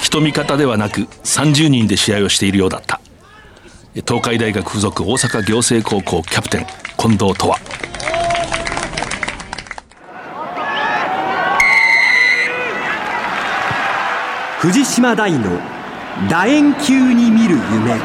敵と味方ではなく30人で試合をしているようだった。東海大学附属大阪仰星高校キャプテン近藤とは。 藤島大の楕円球に見る夢。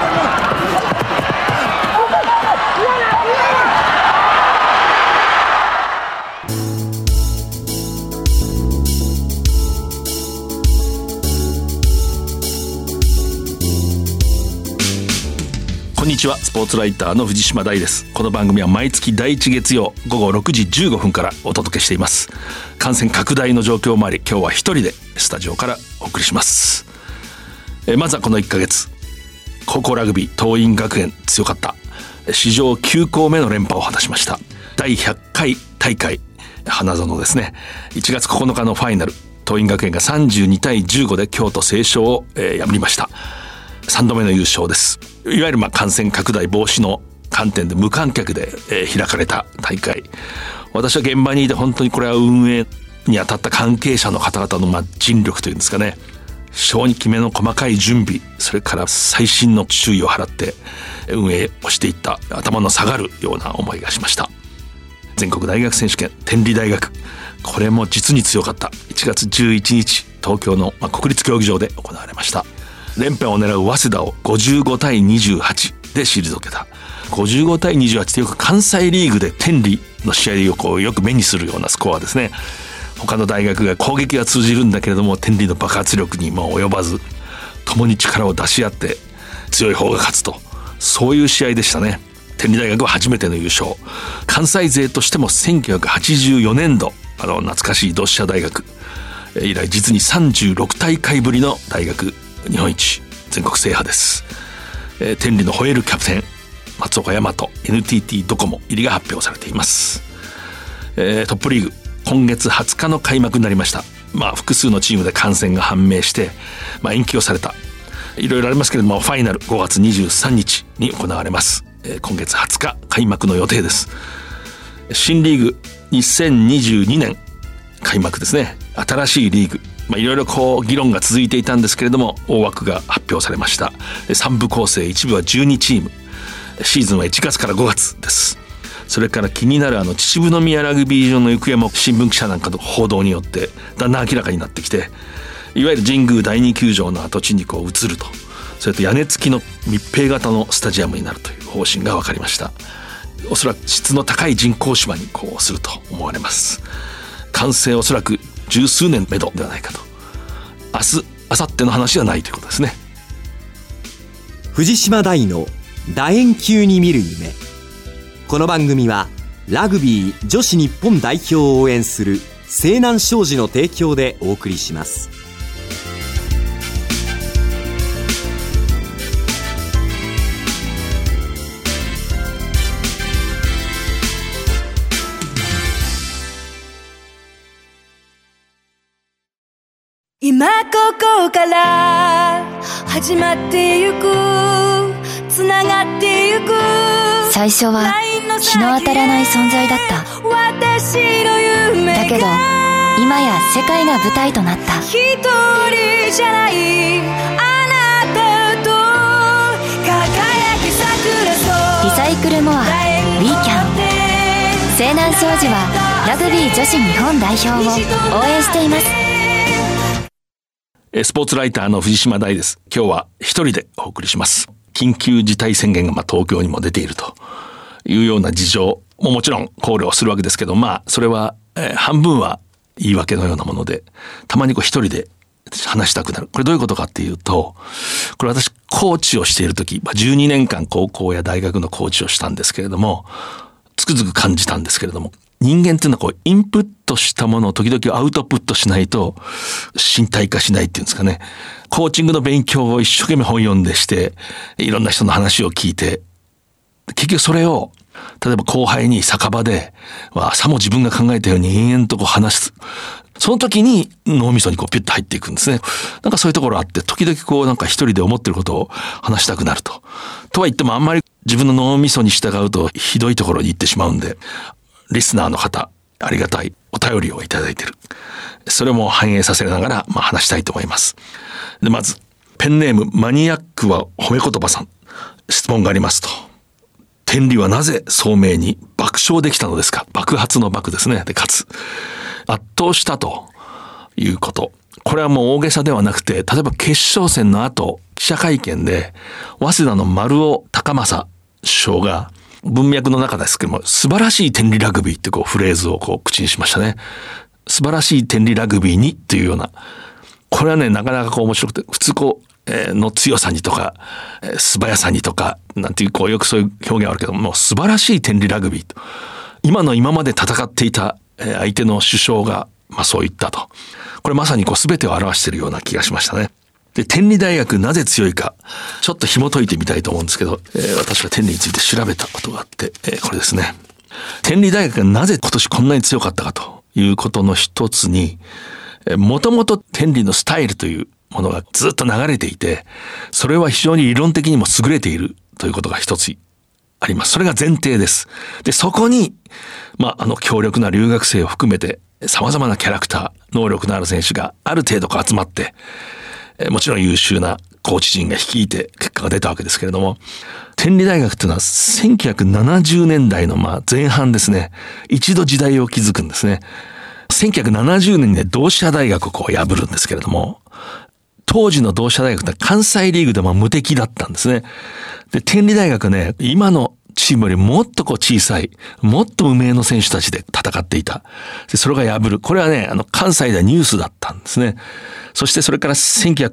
こんにちは、スポーツライターの藤島大です。この番組は毎月第1月曜午後6時15分からお届けしています。感染拡大の状況もあり、今日は一人でスタジオからお送りします。まずはこの1ヶ月、高校ラグビー桐蔭学園強かった。史上9校目の連覇を果たしました。第100回大会花園ですね。1月9日のファイナル、桐蔭学園が32対15で京都成章を破りました。3度目の優勝です。いわゆる感染拡大防止の観点で無観客で開かれた大会。私は現場にいて本当にこれは運営に当たった関係者の方々の尽力というんですかね、非常にきめの細かい準備、それから細心の注意を払って運営をしていった、頭の下がるような思いがしました。全国大学選手権天理大学、これも実に強かった。1月11日東京の国立競技場で行われました。連覇を狙う早稲田を55対28で退けた。55対28ってよく関西リーグで天理の試合をよく目にするようなスコアですね。他の大学が攻撃が通じるんだけれども、天理の爆発力にも及ばず、共に力を出し合って強い方が勝つと、そういう試合でしたね。天理大学は初めての優勝。関西勢としても1984年度懐かしい同志社大学以来実に36大会ぶりの大学日本一全国制覇です。天理の吠えるキャプテン松岡大和 NTT ドコモ入りが発表されています。トップリーグ今月20日の開幕になりました。複数のチームで感染が判明して、延期をされた、いろいろありますけれども、ファイナル5月23日に行われます。今月20日開幕の予定です。新リーグ2022年開幕ですね。新しいリーグ、いろいろ議論が続いていたんですけれども、大枠が発表されました。3部構成、1部は12チーム、シーズンは1月から5月です。それから気になる秩父宮ラグビー場の行方も新聞記者なんかの報道によってだんだん明らかになってきて、いわゆる神宮第2球場の跡地に移ると、それと屋根付きの密閉型のスタジアムになるという方針が分かりました。おそらく質の高い人工芝にすると思われます。完成おそらく十数年目処ではないかと。明日明後日の話ではないということですね。 藤島大の楕円球に見る夢。この番組はラグビー女子日本代表を応援する西南商事の提供でお送りします。 今ここから始まってゆく、つながってゆく。 最初は日の当たらない存在だった。 私の夢がだけど今や世界が舞台となった。 一人じゃないあなたと輝き桜そう。 リサイクルモアウィーキャン。西南商事はラグビー女子日本代表を応援しています。 スポーツライターの藤島大です。今日は一人でお送りします。緊急事態宣言が東京にも出ているというような事情ももちろん考慮するわけですけど、それは半分は言い訳のようなもので、たまに一人で話したくなる。これどういうことかっていうと、これ私コーチをしている時、12年間高校や大学のコーチをしたんですけれども、つくづく感じたんですけれども、人間っていうのはインプットしたものを時々アウトプットしないと身体化しないっていうんですかね。コーチングの勉強を一生懸命本読んでして、いろんな人の話を聞いて、結局それを例えば後輩に酒場でさも自分が考えたように延々と話す。その時に脳みそにピュッと入っていくんですね。そういうところあって、時々一人で思ってることを話したくなると。とは言ってもあんまり自分の脳みそに従うとひどいところに行ってしまうんで、リスナーの方、ありがたいお便りをいただいている。 それも反映させながら、話したいと思います。で、まず、ペンネームマニアックは褒め言葉さん。質問がありますと。天理はなぜ聡明に爆笑できたのですか？爆発の爆ですね。で、かつ、圧倒したということ。これはもう大げさではなくて、例えば決勝戦の後、記者会見で、早稲田の丸尾高政首相が、文脈の中ですけども、素晴らしい天理ラグビーってフレーズを口にしましたね。素晴らしい天理ラグビーにっていうような。これはね、なかなか面白くて、普通の強さにとか、素早さにとか、なんていうよくそういう表現あるけども、素晴らしい天理ラグビーと。今まで戦っていた相手の首相が、そう言ったと。これまさに全てを表しているような気がしましたね。で、天理大学なぜ強いか、ちょっと紐解いてみたいと思うんですけど、私は天理について調べたことがあって、これですね。天理大学がなぜ今年こんなに強かったかということの一つに、もともと天理のスタイルというものがずっと流れていて、それは非常に理論的にも優れているということが一つあります。それが前提です。で、そこに、強力な留学生を含めて、様々なキャラクター、能力のある選手がある程度集まって、もちろん優秀なコーチ陣が率いて結果が出たわけですけれども、天理大学というのは1970年代の前半ですね、一度時代を築くんですね。1970年にね、同志社大学を破るんですけれども、当時の同志社大学って関西リーグでも無敵だったんですね。で、天理大学ね、今のチームよりもっと小さい、もっと無名の選手たちで戦っていた。で、それが破る。これはね、関西ではニュースだったんですね。そしてそれから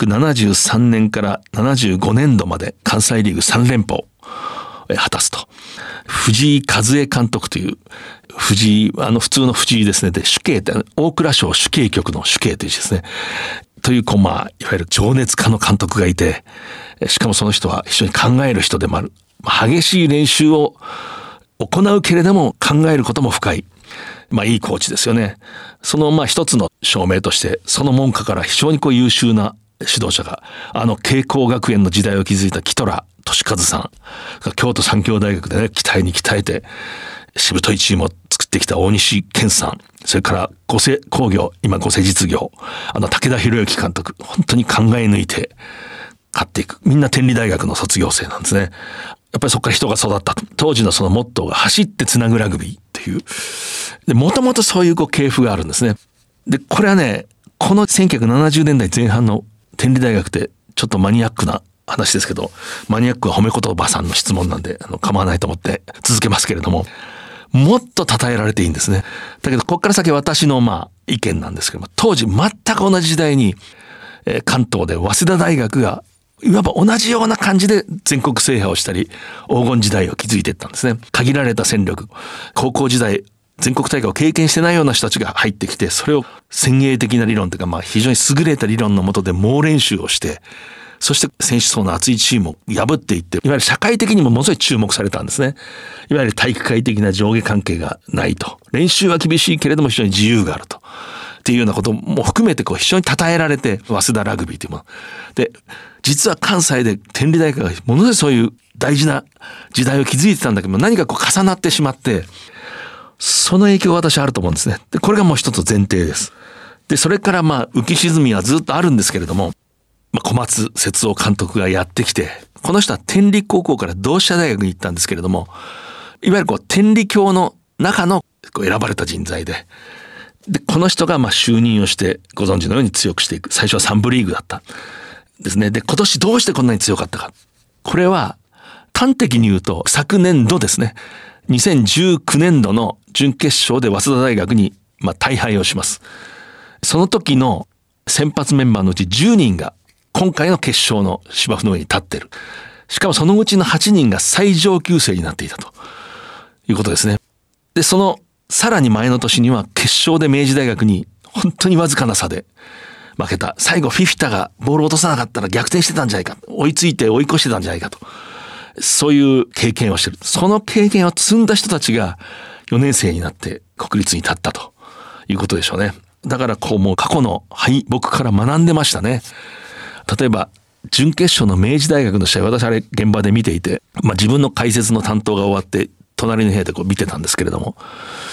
1973年から75年度まで関西リーグ3連覇を果たすと。藤井和恵監督という、藤井、普通の藤井ですね。で、主計って、大蔵省主計局の主計という字ですね。という、いわゆる情熱家の監督がいて、しかもその人は非常に考える人でもある。激しい練習を行うけれども考えることも深い。いいコーチですよね。その一つの証明として、その門下から非常に優秀な指導者が、慶光学園の時代を築いた木虎俊和さん、京都産業大学でね、鍛えて、しぶといチームを作ってきた大西健さん、それから五世工業、今五世実業、武田博之監督、本当に考え抜いて勝っていく。みんな天理大学の卒業生なんですね。やっぱりそこから人が育った。当時のそのモットーが走ってつなぐラグビーっていう。で、もともとそういう系譜があるんですね。で、これはね、この1970年代前半の天理大学ってちょっとマニアックな話ですけど、マニアックは褒め言葉さんの質問なんで、構わないと思って続けますけれども、もっと称えられていいんですね。だけど、ここから先私の意見なんですけども、当時全く同じ時代に、関東で早稲田大学がいわば同じような感じで全国制覇をしたり、黄金時代を築いていったんですね。限られた戦力、高校時代、全国大会を経験してないような人たちが入ってきて、それを先鋭的な理論というか、非常に優れた理論の下で猛練習をして、そして選手層の厚いチームを破っていって、いわゆる社会的にもものすごい注目されたんですね。いわゆる体育会的な上下関係がないと。練習は厳しいけれども非常に自由があると。っていうようなことも含めて非常に称えられて、早稲田ラグビーというもの。で、実は関西で天理大学がものすごいそういう大事な時代を築いてたんだけども、何か重なってしまって、その影響が私はあると思うんですね。で、これがもう一つ前提です。で、それから浮き沈みはずっとあるんですけれども、小松節夫監督がやってきて、この人は天理高校から同志社大学に行ったんですけれども、いわゆる天理教の中の選ばれた人材で、この人が就任をしてご存知のように強くしていく。最初は3部リーグだったですね。で、今年どうしてこんなに強かったか。これは端的に言うと昨年度ですね。2019年度の準決勝で早稲田大学に大敗をします。その時の先発メンバーのうち10人が今回の決勝の芝生の上に立ってる。しかもそのうちの8人が最上級生になっていたということですね。で、そのさらに前の年には決勝で明治大学に本当にわずかな差で負けた。最後フィフィタがボールを落とさなかったら逆転してたんじゃないか。追いついて追い越してたんじゃないかと。そういう経験をしている。その経験を積んだ人たちが4年生になって国立に立ったということでしょうね。だからもう過去の敗北から学んでましたね。例えば準決勝の明治大学の試合、私あれ現場で見ていて、自分の解説の担当が終わって隣の部屋で見てたんですけれども、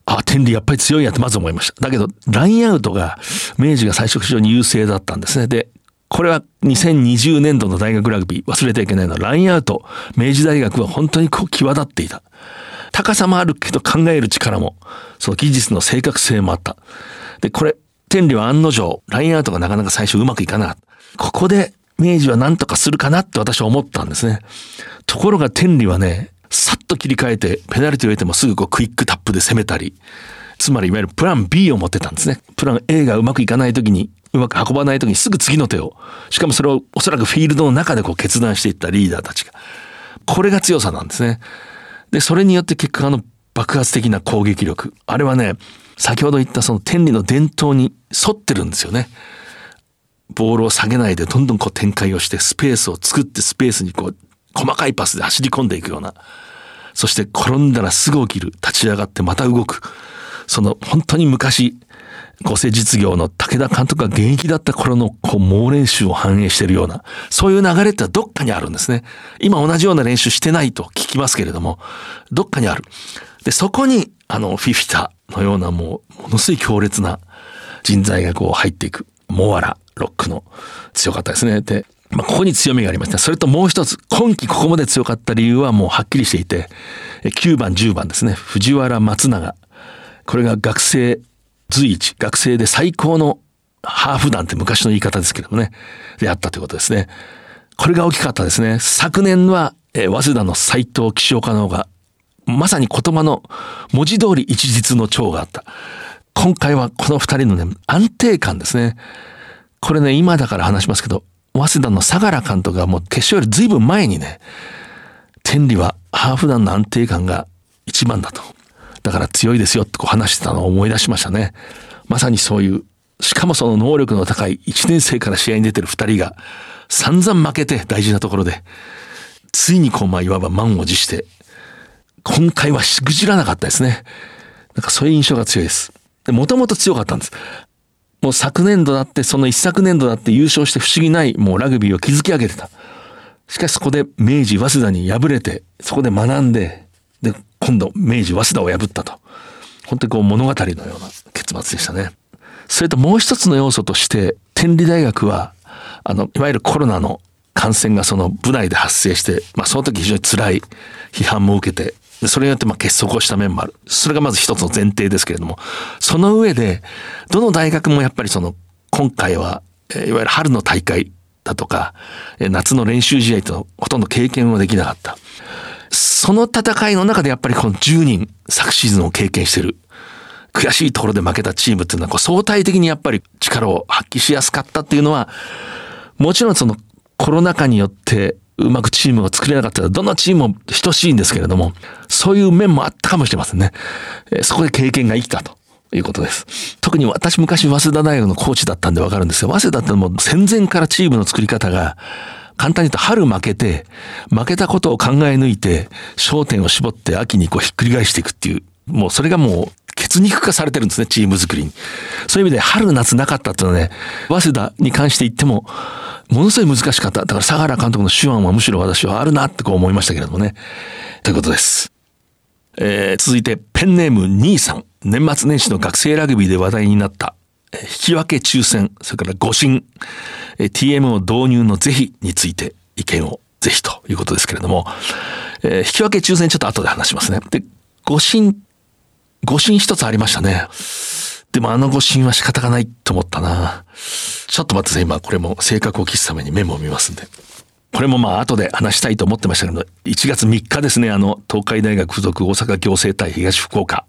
天理やっぱり強いやってまず思いました。だけどラインアウトが明治が最初非常に優勢だったんですね。でこれは2020年度の大学ラグビー忘れてはいけないのはラインアウト、明治大学は本当に際立っていた。高さもあるけど考える力も、その技術の正確性もあった。でこれ天理は案の定ラインアウトがなかなか最初うまくいかなかった。ここで明治は何とかするかなって私は思ったんですね。ところが天理はね、さっと切り替えてペナルティを得てもすぐクイックタップで攻めたり、つまりいわゆるプラン B を持ってたんですね。プラン A がうまくいかない時に、うまく運ばない時にすぐ次の手を、しかもそれをおそらくフィールドの中で決断していったリーダーたちが、これが強さなんですね。でそれによって結果爆発的な攻撃力、あれはね、先ほど言ったその天理の伝統に沿ってるんですよね。ボールを下げないでどんどん展開をしてスペースを作って、スペースに細かいパスで走り込んでいくような、そして転んだらすぐ起きる、立ち上がってまた動く、その本当に昔五世実業の武田監督が現役だった頃の猛練習を反映しているような、そういう流れってどっかにあるんですね。今同じような練習してないと聞きますけれども、どっかにある。でそこにフィフィタのようなものすごい強烈な人材が入っていく。モアラ、ロックの強かったですね。でここに強みがありました。それともう一つ、今季ここまで強かった理由はもうはっきりしていて、9番10番ですね、藤原松永、これが学生随一、学生で最高のハーフ団って昔の言い方ですけどもね、であったということですね。これが大きかったですね。昨年は早稲田の斉藤岸岡の方がまさに言葉の文字通り一日の長があった。今回はこの二人のね、安定感ですね。これね、今だから話しますけど、早稲田の相良監督がもう決勝よりずいぶん前にね、天理はハーフ団の安定感が一番だと。だから強いですよって話してたのを思い出しましたね。まさにそういう、しかもその能力の高い1年生から試合に出てる2人が散々負けて大事なところで、ついにいわば満を持して、今回はしくじらなかったですね。なんかそういう印象が強いです。もともと強かったんです。もう昨年度だって、その一昨年度だって優勝して不思議ないもうラグビーを築き上げてた。しかしそこで明治早稲田に敗れて、そこで学んで、で今度明治早稲田を破ったと。本当に物語のような結末でしたね。それともう一つの要素として、天理大学はいわゆるコロナの感染がその部内で発生して、その時非常に辛い批判も受けて、それによって結束をした面もある。それがまず一つの前提ですけれども、その上でどの大学もやっぱり今回はいわゆる春の大会だとか夏の練習試合とほとんど経験はできなかった。その戦いの中でやっぱりこの10人昨シーズンを経験している、悔しいところで負けたチームっていうのは相対的にやっぱり力を発揮しやすかったっていうのは、もちろんコロナ禍によってうまくチームを作れなかったらどのチームも等しいんですけれども、そういう面もあったかもしれませんね。そこで経験が生きたということです。特に私昔早稲田大学のコーチだったんでわかるんですよ。早稲田ってもう戦前からチームの作り方が簡単に言うと春負けて、負けたことを考え抜いて焦点を絞って秋にひっくり返していくっていう、もうそれがもう血肉化されてるんですね、チーム作りに。そういう意味で春夏なかったっていうのはね、早稲田に関して言ってもものすごい難しかった。だから相良監督の手腕はむしろ私はあるなって思いましたけれどもね。ということです。続いてペンネーム兄さん。年末年始の学生ラグビーで話題になった引き分け抽選、それから誤審、TMO 導入の是非について意見をぜひということですけれども、引き分け抽選ちょっと後で話しますね。で、誤審一つありましたね。でも誤審は仕方がないと思ったな。ちょっと待ってください。今これも正確を期すためにメモを見ますんで。これも後で話したいと思ってましたけど、1月3日ですね、東海大学附属大阪仰星対東福岡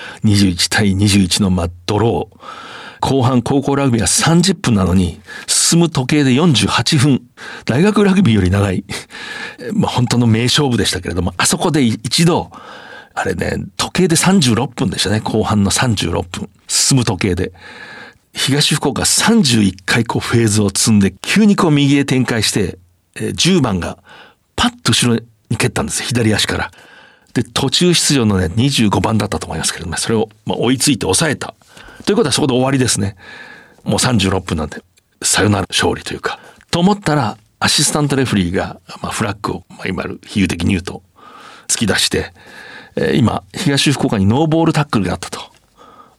21対21のドロー。後半高校ラグビーは30分なのに進む時計で48分。大学ラグビーより長い本当の名勝負でしたけれども、あそこで一度あれね、時計で36分でしたね。後半の36分進む時計で東福岡31回フェーズを積んで急に右へ展開して、10番がパッと後ろに蹴ったんです、左足から。で途中出場のね25番だったと思いますけれども、それを追いついて抑えたということはそこで終わりですね。もう36分なんでサヨナラ勝利というかと思ったら、アシスタントレフリーがフラッグをいわゆる比喩的に言うと突き出して、今東福岡にノーボールタックルがあったと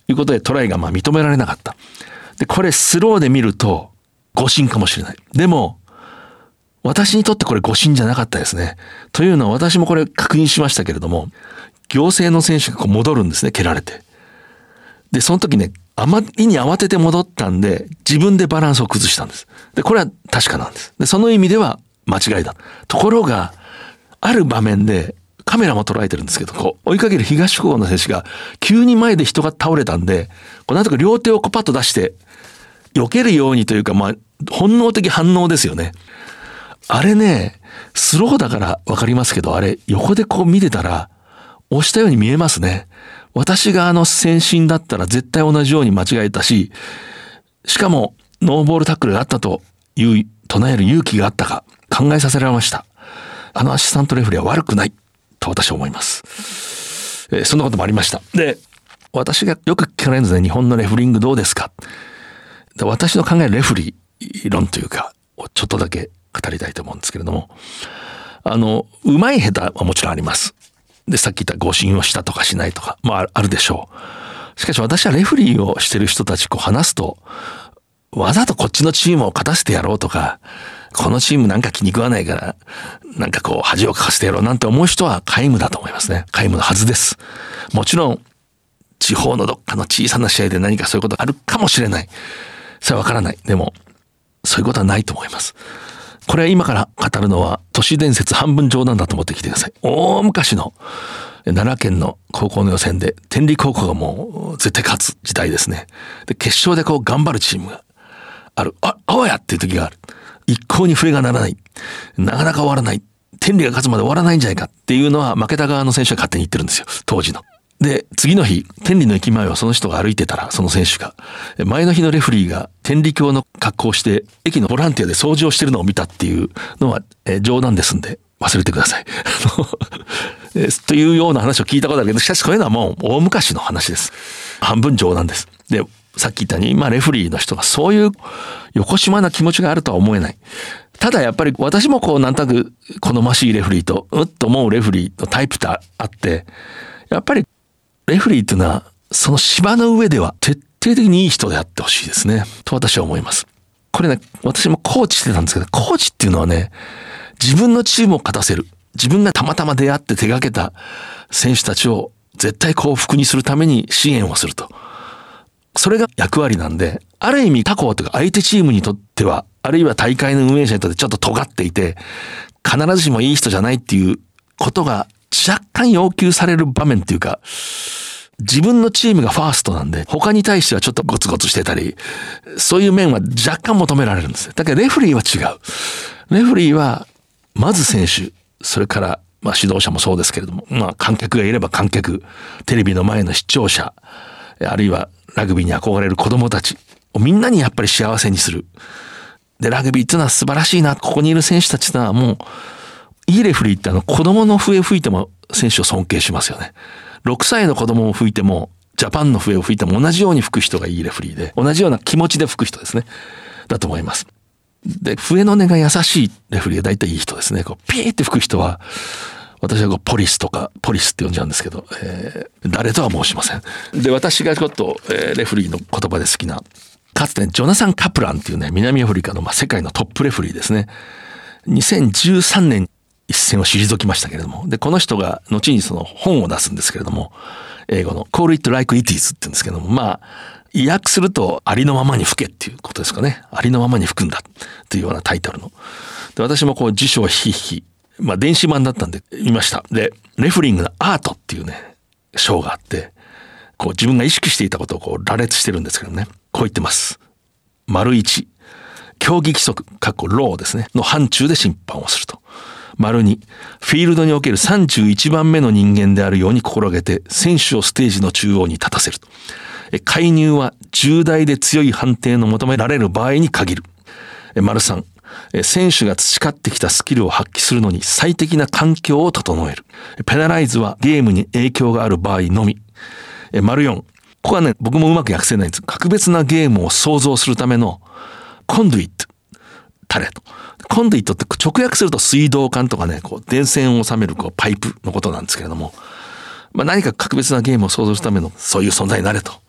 いうことでトライが認められなかった。で、これスローで見ると誤審かもしれない。でも、私にとってこれ誤審じゃなかったですね。というのは私もこれ確認しましたけれども、行政の選手が戻るんですね、蹴られて。で、その時ね、あまりに慌てて戻ったんで、自分でバランスを崩したんです。で、これは確かなんです。で、その意味では間違いだ。ところが、ある場面で、カメラも捉えてるんですけど、追いかける東福岡の選手が、急に前で人が倒れたんで、なんとか両手をパッと出して、避けるようにというか、本能的反応ですよね。あれね、スローだからわかりますけど、あれ、横で見てたら、押したように見えますね。私が先進だったら絶対同じように間違えたし、しかもノーボールタックルがあったという唱える勇気があったか考えさせられました。アシスタントレフェリーは悪くないと私は思います。そんなこともありました。で、私がよく聞かれるんですね。日本のレフリングどうですか？で、私の考えるレフリー論というか、ちょっとだけ語りたいと思うんですけれども、うまい下手はもちろんあります。で、さっき言った誤審をしたとかしないとか、あるでしょう。しかし私はレフリーをしてる人たち話すと、わざとこっちのチームを勝たせてやろうとか、このチームなんか気に食わないから、恥をかかせてやろうなんて思う人は皆無だと思いますね。皆無のはずです。もちろん、地方のどっかの小さな試合で何かそういうことがあるかもしれない。それはわからない。でも、そういうことはないと思います。これは今から語るのは都市伝説半分冗談だと思ってきてください。大昔の奈良県の高校の予選で天理高校がもう絶対勝つ時代ですね。で、決勝で頑張るチームがある。あわやっていう時がある。一向に笛が鳴らない。なかなか終わらない。天理が勝つまで終わらないんじゃないかっていうのは負けた側の選手が勝手に言ってるんですよ。当時の。で、次の日、天理の駅前をその人が歩いてたら、その選手が、前の日のレフリーが天理教の格好をして、駅のボランティアで掃除をしてるのを見たっていうのは、冗談ですんで、忘れてください。というような話を聞いたことあるけど、しかしこういうのはもう大昔の話です。半分冗談です。で、さっき言ったように、レフリーの人がそういうよこしまな気持ちがあるとは思えない。ただやっぱり私もなんとなく好ましいレフリーと、と思うレフリーのタイプってあって、やっぱりレフリーっていうのは、その芝の上では徹底的にいい人であってほしいですね。と私は思います。これね、私もコーチしてたんですけど、コーチっていうのはね、自分のチームを勝たせる。自分がたまたま出会って手掛けた選手たちを絶対幸福にするために支援をすると。それが役割なんで、ある意味他校というか相手チームにとっては、あるいは大会の運営者にとってちょっと尖っていて、必ずしもいい人じゃないっていうことが若干要求される場面っていうか、自分のチームがファーストなんで、他に対してはちょっとゴツゴツしてたり、そういう面は若干求められるんですよ。だけどレフリーは違う。レフリーは、まず選手、それから、指導者もそうですけれども、観客がいれば観客、テレビの前の視聴者、あるいはラグビーに憧れる子供たちをみんなにやっぱり幸せにする。で、ラグビーっていうのは素晴らしいな。ここにいる選手たちってのはもう、いいレフリーって子供の笛吹いても選手を尊敬しますよね。6歳の子供を吹いても、ジャパンの笛を吹いても同じように吹く人がいいレフリーで、同じような気持ちで吹く人ですね。だと思います。で、笛の音が優しいレフリーは大体いい人ですね。ピーって吹く人は、私はポリスって呼んじゃうんですけど、誰とは申しません。で、私がちょっと、レフリーの言葉で好きな、かつてジョナサン・カプランっていうね、南アフリカの世界のトップレフリーですね。2013年一戦を退きましたけれども、で、この人が後にその本を出すんですけれども、英語の Call it like it is って言うんですけども、意訳するとありのままに吹けっていうことですかね。ありのままに吹くんだっていうようなタイトルの。で、私も辞書をひひ、電子版だったんで見ました。で、レフリングのアートっていうね、章があって、自分が意識していたことを羅列してるんですけどね。こう言ってます。1、競技規則、ローですね、の範疇で審判をすると。2、フィールドにおける31番目の人間であるように心がけて、選手をステージの中央に立たせると。介入は重大で強い判定の求められる場合に限る。3、選手が培ってきたスキルを発揮するのに最適な環境を整える。ペナライズはゲームに影響がある場合のみ。4、ここはね、僕もうまく訳せないんです。格別なゲームを創造するためのコンドゥイット、タレと。コンドゥイットって直訳すると水道管とかね、電線を収めるパイプのことなんですけれども、何か格別なゲームを創造するためのそういう存在になれと。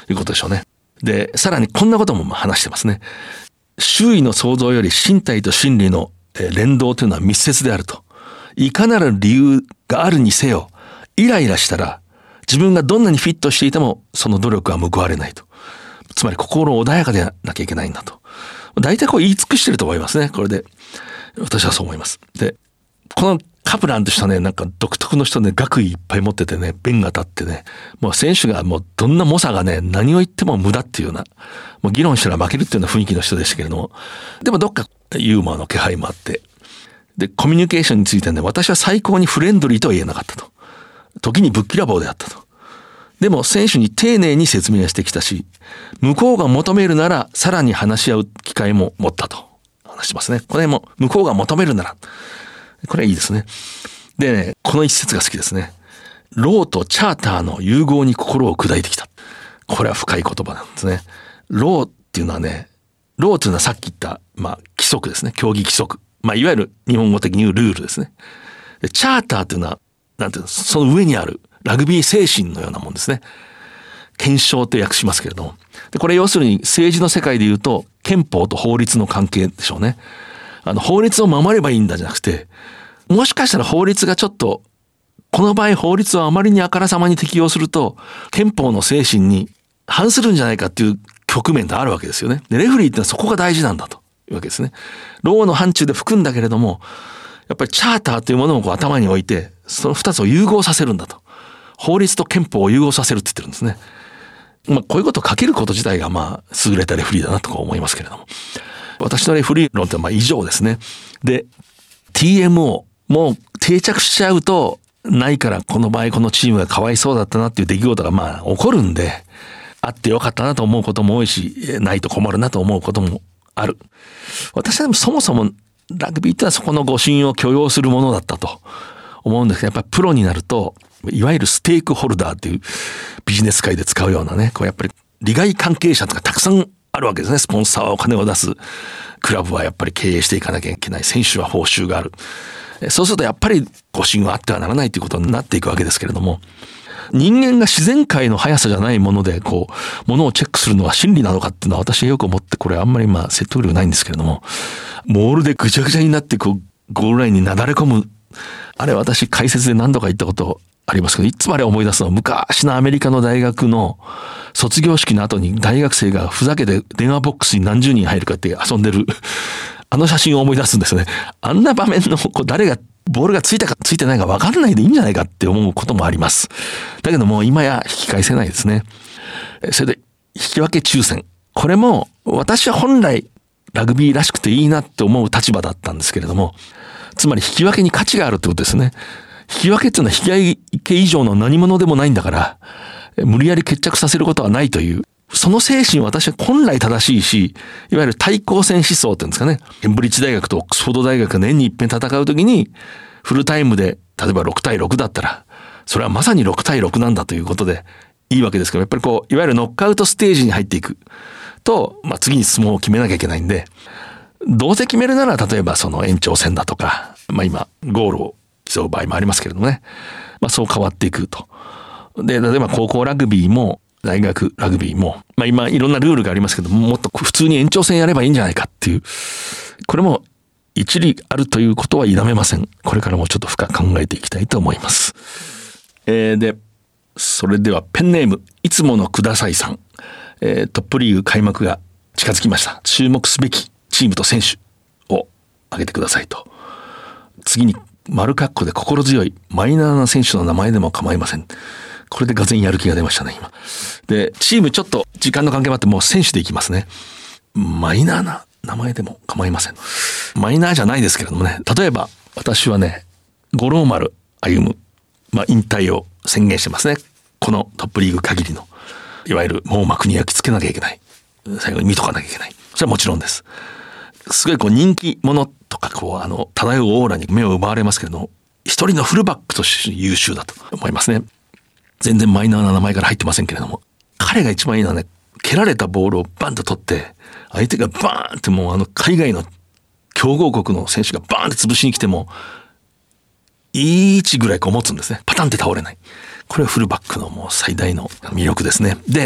いうことでしょうね。で、さらにこんなことも話してますね。周囲の想像より身体と心理の連動というのは密接であると。いかなる理由があるにせよ、イライラしたら自分がどんなにフィットしていてもその努力は報われないと。つまり心穏やかでなきゃいけないんだと。大体こう言い尽くしてると思いますね。これで私はそう思います。で、このカプランとしたね、なんか独特の人ね、学位いっぱい持っててね、弁が立ってね、もう選手がもうどんな猛者がね、何を言っても無駄っていうような、もう議論したら負けるっていうような雰囲気の人でしたけれども、でもどっかユーモアの気配もあって、で、コミュニケーションについてね、私は最高にフレンドリーとは言えなかったと。時にぶっきらぼうであったと。でも選手に丁寧に説明してきたし、向こうが求めるならさらに話し合う機会も持ったと話しますね。これも向こうが求めるなら、これはいいですね。でね、この一節が好きですね。ローとチャーターの融合に心を砕いてきた。これは深い言葉なんですね。ローっていうのはね、ローっていうのはさっき言った、規則ですね。競技規則。いわゆる日本語的に言うルールですね。でチャーターっていうのは、なんていうの、その上にあるラグビー精神のようなもんですね。憲章と訳しますけれども。でこれ要するに政治の世界で言うと、憲法と法律の関係でしょうね。法律を守ればいいんだじゃなくて、もしかしたら法律がちょっと、この場合法律をあまりにあからさまに適用すると、憲法の精神に反するんじゃないかっていう局面があるわけですよね。で、レフェリーってのはそこが大事なんだというわけですね。ローの範疇で吹くんだけれども、やっぱりチャーターというものを頭に置いて、その二つを融合させるんだと。法律と憲法を融合させるって言ってるんですね。こういうことを書けること自体が優れたレフェリーだなと思いますけれども。私のレフェリー論って異常ですね。で、TMO、もう定着しちゃうと、ないからこの場合このチームがかわいそうだったなっていう出来事が起こるんで、あってよかったなと思うことも多いし、ないと困るなと思うこともある。私はでもそもそもラグビーってのはそこの誤信を許容するものだったと思うんですけど、やっぱりプロになると、いわゆるステークホルダーっていうビジネス界で使うようなね、こうやっぱり利害関係者とかたくさんあるわけですね。スポンサーはお金を出す。クラブはやっぱり経営していかなきゃいけない。選手は報酬がある。そうするとやっぱり誤信はあってはならないということになっていくわけですけれども、人間が自然界の速さじゃないものでものをチェックするのは真理なのかっていうのは私はよく思って、これあんまり説得力ないんですけれども、モールでぐちゃぐちゃになってゴールラインになだれ込む。あれ私解説で何度か言ったことありますけど、いつもあれ思い出すのは昔のアメリカの大学の卒業式の後に大学生がふざけて電話ボックスに何十人入るかって遊んでるあの写真を思い出すんですよね。あんな場面の誰がボールがついたかついてないか分かんないでいいんじゃないかって思うこともあります。だけども今や引き返せないですね。それで引き分け抽選。これも私は本来ラグビーらしくていいなって思う立場だったんですけれども、つまり引き分けに価値があるってことですね。引き分けっていうのは引き分け以上の何者でもないんだから、無理やり決着させることはないという、その精神は私は本来正しいし、いわゆる対抗戦思想っていうんですかね。ケンブリッジ大学とオックスフォード大学が年に一遍戦うときに、フルタイムで、例えば6対6だったら、それはまさに6対6なんだということでいいわけですけど、やっぱりいわゆるノックアウトステージに入っていくと、次に相撲を決めなきゃいけないんで、どうせ決めるなら、例えばその延長戦だとか、今、ゴールを競う場合もありますけれどもね。そう変わっていくと。で、例えば高校ラグビーも、大学ラグビーも、今いろんなルールがありますけども、もっと普通に延長戦やればいいんじゃないかっていう、これも一理あるということは否めません。これからもちょっと深く考えていきたいと思います。で、それではペンネーム、いつものくださいさん。トップリーグ開幕が近づきました。注目すべきチームと選手を挙げてくださいと。次に、丸括弧で心強いマイナーな選手の名前でも構いません。これでがぜんやる気が出ましたね、今。で、チームちょっと時間の関係もあってもう選手でいきますね。マイナーな名前でも構いません。マイナーじゃないですけれどもね。例えば、私はね、五郎丸歩、引退を宣言してますね。このトップリーグ限りの。いわゆるもう幕に焼き付けなきゃいけない。最後に見とかなきゃいけない。それはもちろんです。すごい人気者とか漂うオーラに目を奪われますけれども、一人のフルバックとして優秀だと思いますね。全然マイナーな名前から入ってませんけれども、彼が一番いいのはね、蹴られたボールをバンと取って、相手がバーンってもう海外の強豪国の選手がバーンって潰しに来ても、いい位置ぐらい持つんですね。パタンって倒れない。これはフルバックのもう最大の魅力ですね。で、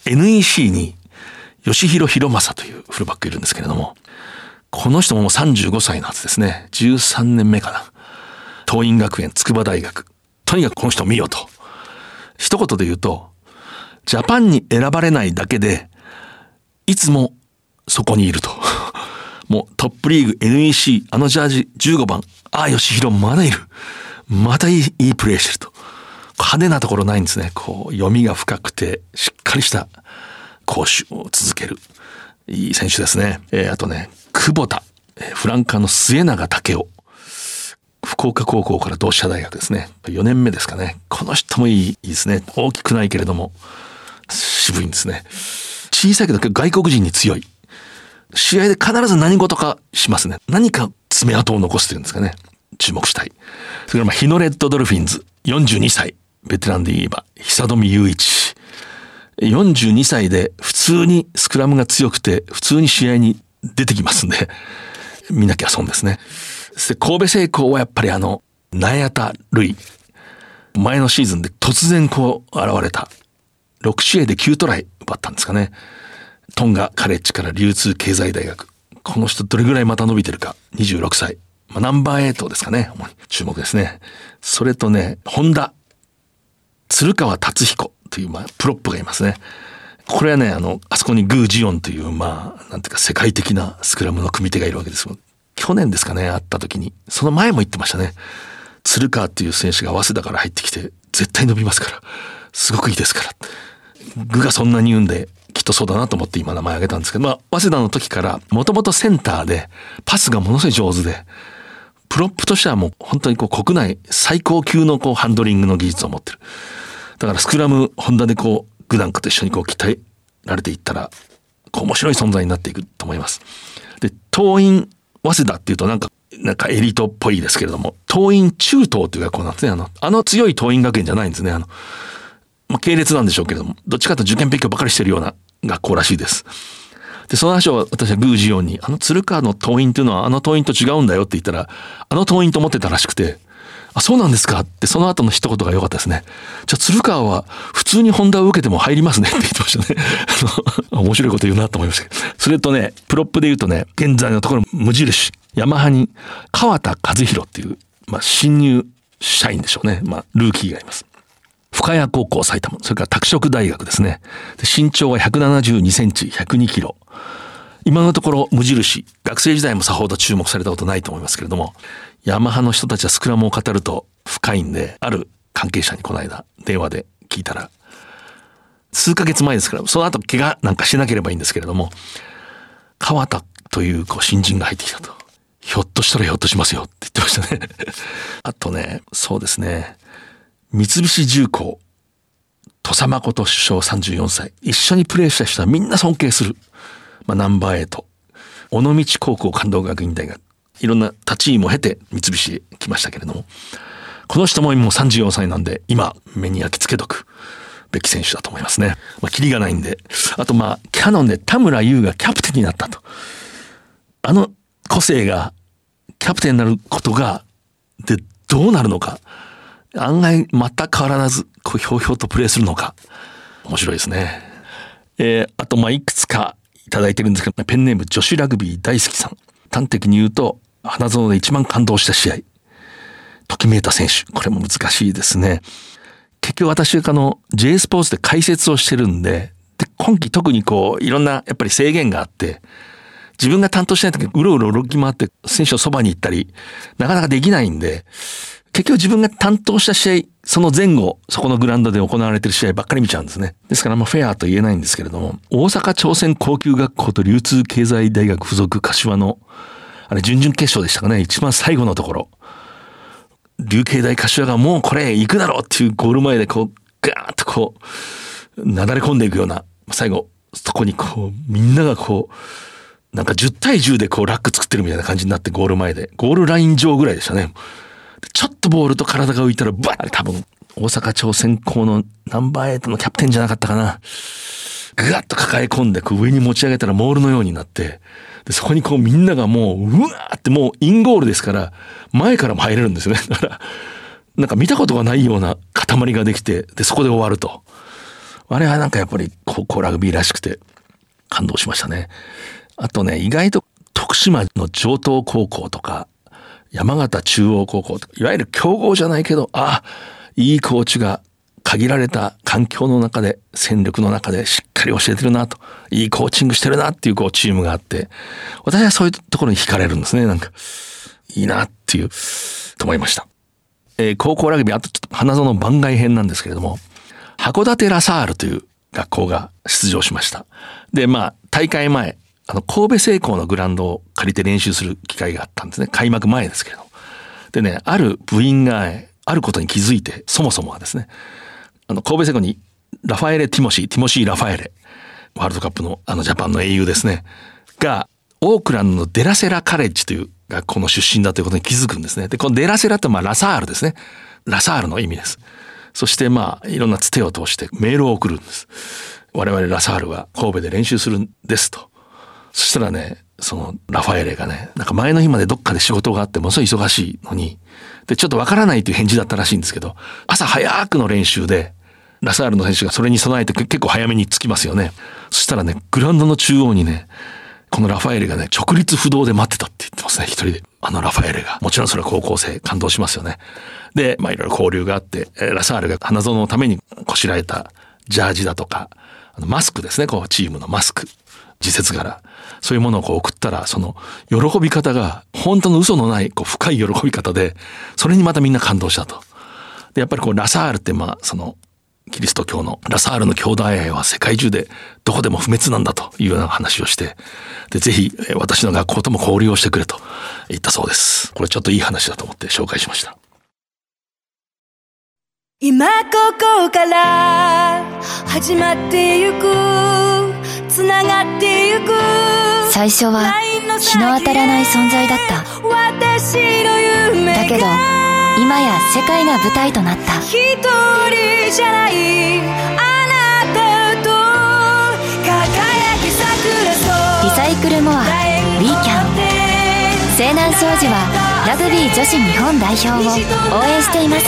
NEC に吉弘博正というフルバックいるんですけれども、この人ももう35歳のはずですね。13年目かな。桐蔭学園筑波大学。とにかくこの人を見ようと。一言で言うと、ジャパンに選ばれないだけで、いつもそこにいると。もうトップリーグ NEC、あのジャージ15番、吉弘まだいる。またいいプレーしてると。派手なところないんですね。読みが深くて、しっかりした攻守を続ける。いい選手ですね。あとね、久保田、フランカーの末永武雄。福岡高校から同志社大学ですね。4年目ですかね。この人もいいですね。大きくないけれども、渋いんですね。小さいけど外国人に強い。試合で必ず何事かしますね。何か爪痕を残すというんですかね。注目したい。それから日野レッドドルフィンズ、42歳。ベテランで言えば、久富雄一。42歳で普通にスクラムが強くて、普通に試合に出てきますんで、見なきゃ損ですね。神戸製鋼はやっぱり苗田瑠衣。前のシーズンで突然現れた。6試合で9トライ奪ったんですかね。トンガカレッジから流通経済大学。この人どれぐらいまた伸びてるか。26歳。ナンバー8ですかね。主に注目ですね。それとね、ホンダ。鶴川達彦というプロップがいますね。これはね、あそこにグージオンというなんていうか世界的なスクラムの組み手がいるわけですよ。去年ですかね、会った時に。その前も言ってましたね。鶴川っていう選手が早稲田から入ってきて、絶対伸びますから。すごくいいですから。グがそんなに言うんで、きっとそうだなと思って今名前挙げたんですけど、早稲田の時から、もともとセンターで、パスがものすごい上手で、プロップとしてはもう本当に国内最高級のハンドリングの技術を持ってる。だからスクラム、ホンダでグダンクと一緒に鍛えられていったら、面白い存在になっていくと思います。で、桐蔭、早稲田っていうとなんかエリートっぽいですけれども、桐蔭中東という学校なんですね。強い桐蔭学園じゃないんですね。系列なんでしょうけれども、どっちかというと受験勉強ばかりしてるような学校らしいです。で、その話を私はグージオンに、鶴川の桐蔭っていうのは桐蔭と違うんだよって言ったら、桐蔭と思ってたらしくて、そうなんですかってその後の一言が良かったですね。じゃあ鶴川は普通にホンダを受けても入りますねって言ってましたね。面白いこと言うなと思いましたけど。それとね、プロップで言うとね、現在のところ無印、ヤマハに川田和弘っていう、新入社員でしょうね。ルーキーがいます。深谷高校埼玉、それから拓殖大学ですね。で身長は172センチ、102キロ。今のところ無印、学生時代もさほど注目されたことないと思いますけれども、ヤマハの人たちはスクラムを語ると深いんで、ある関係者にこの間電話で聞いたら、数ヶ月前ですから、その後怪我なんかしなければいいんですけれども、川田という新人が入ってきたと。ひょっとしたらひょっとしますよって言ってましたね。あとね、そうですね。三菱重工、土佐誠首相34歳。一緒にプレーした人はみんな尊敬する。ナンバー8。尾道高校関東学院大学。いろんな立ち位も経て三菱へ来ましたけれども。この人ももう34歳なんで、今目に焼き付けとくべき選手だと思いますね。キリがないんで。あとキャノンで田村優がキャプテンになったと。個性がキャプテンになることが、で、どうなるのか。案外全く変わらず、ひょうひょうとプレーするのか。面白いですね。あといくつかいただいてるんですけど、ペンネーム女子ラグビー大好きさん。端的に言うと、花園で一番感動した試合。ときめいた選手。これも難しいですね。結局私がJ スポーツで解説をしてるんで、今季特にいろんなやっぱり制限があって、自分が担当しないときうろうろ動き回って選手のそばに行ったり、なかなかできないんで、結局自分が担当した試合、その前後、そこのグラウンドで行われている試合ばっかり見ちゃうんですね。ですからフェアと言えないんですけれども、大阪朝鮮高級学校と流通経済大学附属柏の、準々決勝でしたかね、一番最後のところ。流経大柏がもうこれ行くだろうっていうゴール前でガーッとなだれ込んでいくような、最後、そこにみんながなんか10対10でラック作ってるみたいな感じになってゴール前で、ゴールライン上ぐらいでしたね。ちょっとボールと体が浮いたらバーッ、多分大阪朝鮮高のナンバー8のキャプテンじゃなかったかな。ぐわっと抱え込んで上に持ち上げたらモールのようになって、でそこにみんながもううわーってもうインゴールですから前からも入れるんですよね。だからなんか見たことがないような塊ができて、でそこで終わると。 あれはなんかやっぱり高校ラグビーらしくて感動しましたね。あとね、意外と徳島の城東高校とか山形中央高校とか、いわゆる強豪じゃないけど、いいコーチが限られた環境の中で、戦力の中でしっかり教えてるなと、いいコーチングしてるなっていうチームがあって、私はそういうところに惹かれるんですね。なんかいいなっていうと思いました。高校ラグビー、あとちょっと花園番外編なんですけれども、函館ラサールという学校が出場しました。で、大会前、神戸製鋼のグラウンドを借りて練習する機会があったんですね。開幕前ですけれど。でね、ある部員があることに気づいて、そもそもはですね、神戸製鋼にティモシー・ラファエレ、ワールドカップのジャパンの英雄ですね、が、オークランドのデラセラカレッジという学校の出身だということに気づくんですね。で、このデラセラってラサールですね。ラサールの意味です。そしていろんなつてを通してメールを送るんです。我々ラサールは神戸で練習するんですと。そしたらね、そのラファエレがね、なんか前の日までどっかで仕事があってものすごい忙しいのに、で、ちょっとわからないという返事だったらしいんですけど、朝早くの練習で、ラサールの選手がそれに備えて結構早めに着きますよね。そしたらね、グラウンドの中央にね、このラファエレがね、直立不動で待ってたって言ってますね、一人で。ラファエレが。もちろんそれは高校生、感動しますよね。で、いろいろ交流があって、ラサールが花園のためにこしらえたジャージだとか、マスクですね、チームのマスク。時節柄。そういうものを送ったら、その喜び方が、本当の嘘のない深い喜び方で、それにまたみんな感動したと。で、やっぱりラサールってキリスト教のラサールの兄弟愛は世界中でどこでも不滅なんだというような話をして、で、ぜひ私の学校とも交流をしてくれと言ったそうです。これちょっといい話だと思って紹介しました。 今ここから始まってゆく、つながってゆく。 最初は日の当たらない存在だった。 私の夢がだけど今や世界が舞台となった。 一人じゃないあなたと輝き桜そう。 リサイクルモア We Can。 西南商事はラグビー女子日本代表を応援しています。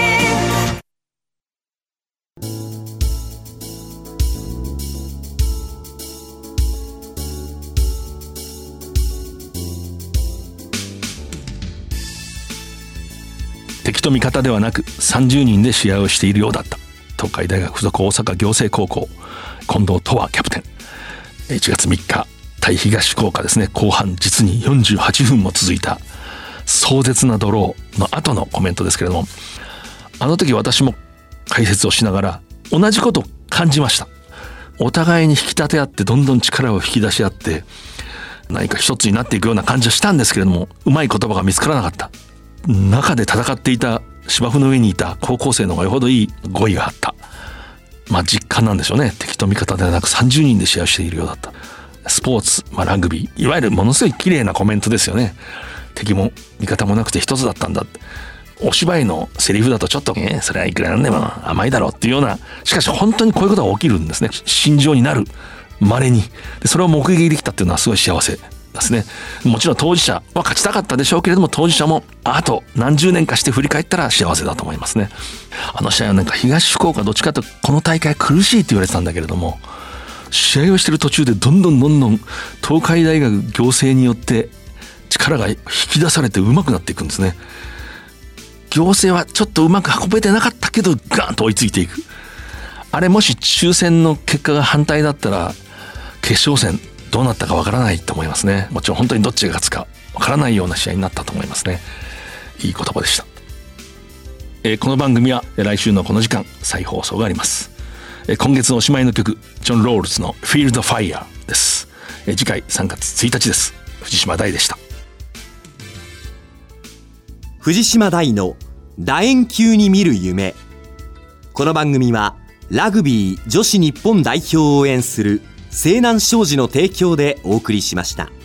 敵と味方ではなく30人で試合をしているようだった。東海大学附属大阪仰星高校、近藤斗亜キャプテン。1月3日対東福岡ですね、後半実に48分も続いた壮絶なドローの後のコメントですけれども、あの時私も解説をしながら同じことを感じました。お互いに引き立て合ってどんどん力を引き出し合って何か一つになっていくような感じはしたんですけれども、うまい言葉が見つからなかった。中で戦っていた芝生の上にいた高校生の方がよほどいい語彙があった。実感なんでしょうね。敵と味方ではなく30人で試合をしているようだった。スポーツ、ラグビー、いわゆるものすごい綺麗なコメントですよね。敵も味方もなくて一つだったんだ。お芝居のセリフだとちょっとそれはいくらなんでも甘いだろうっていうような、しかし本当にこういうことが起きるんですね。心情になる、稀に。でそれを目撃できたっていうのはすごい幸せですね。もちろん当事者は勝ちたかったでしょうけれども、当事者もあと何十年かして振り返ったら幸せだと思いますね。あの試合は東福岡どっちかとこの大会苦しいって言われてたんだけれども、試合をしている途中でどんどん東海大学仰星によって力が引き出されて上手くなっていくんですね。仰星はちょっとうまく運べてなかったけどガーンと追いついていく。あれもし抽選の結果が反対だったら決勝戦どうなったかわからないと思いますね。もちろん本当にどっちが勝つかわからないような試合になったと思いますね。いい言葉でした。この番組は来週のこの時間再放送があります。今月のおしまいの曲、ジョン・ロールズの Feel the Fire です。次回3月1日です。藤島大でした。 藤島大の楕円球に見る夢。この番組はラグビー女子日本代表を応援する西南商事の提供でお送りしました。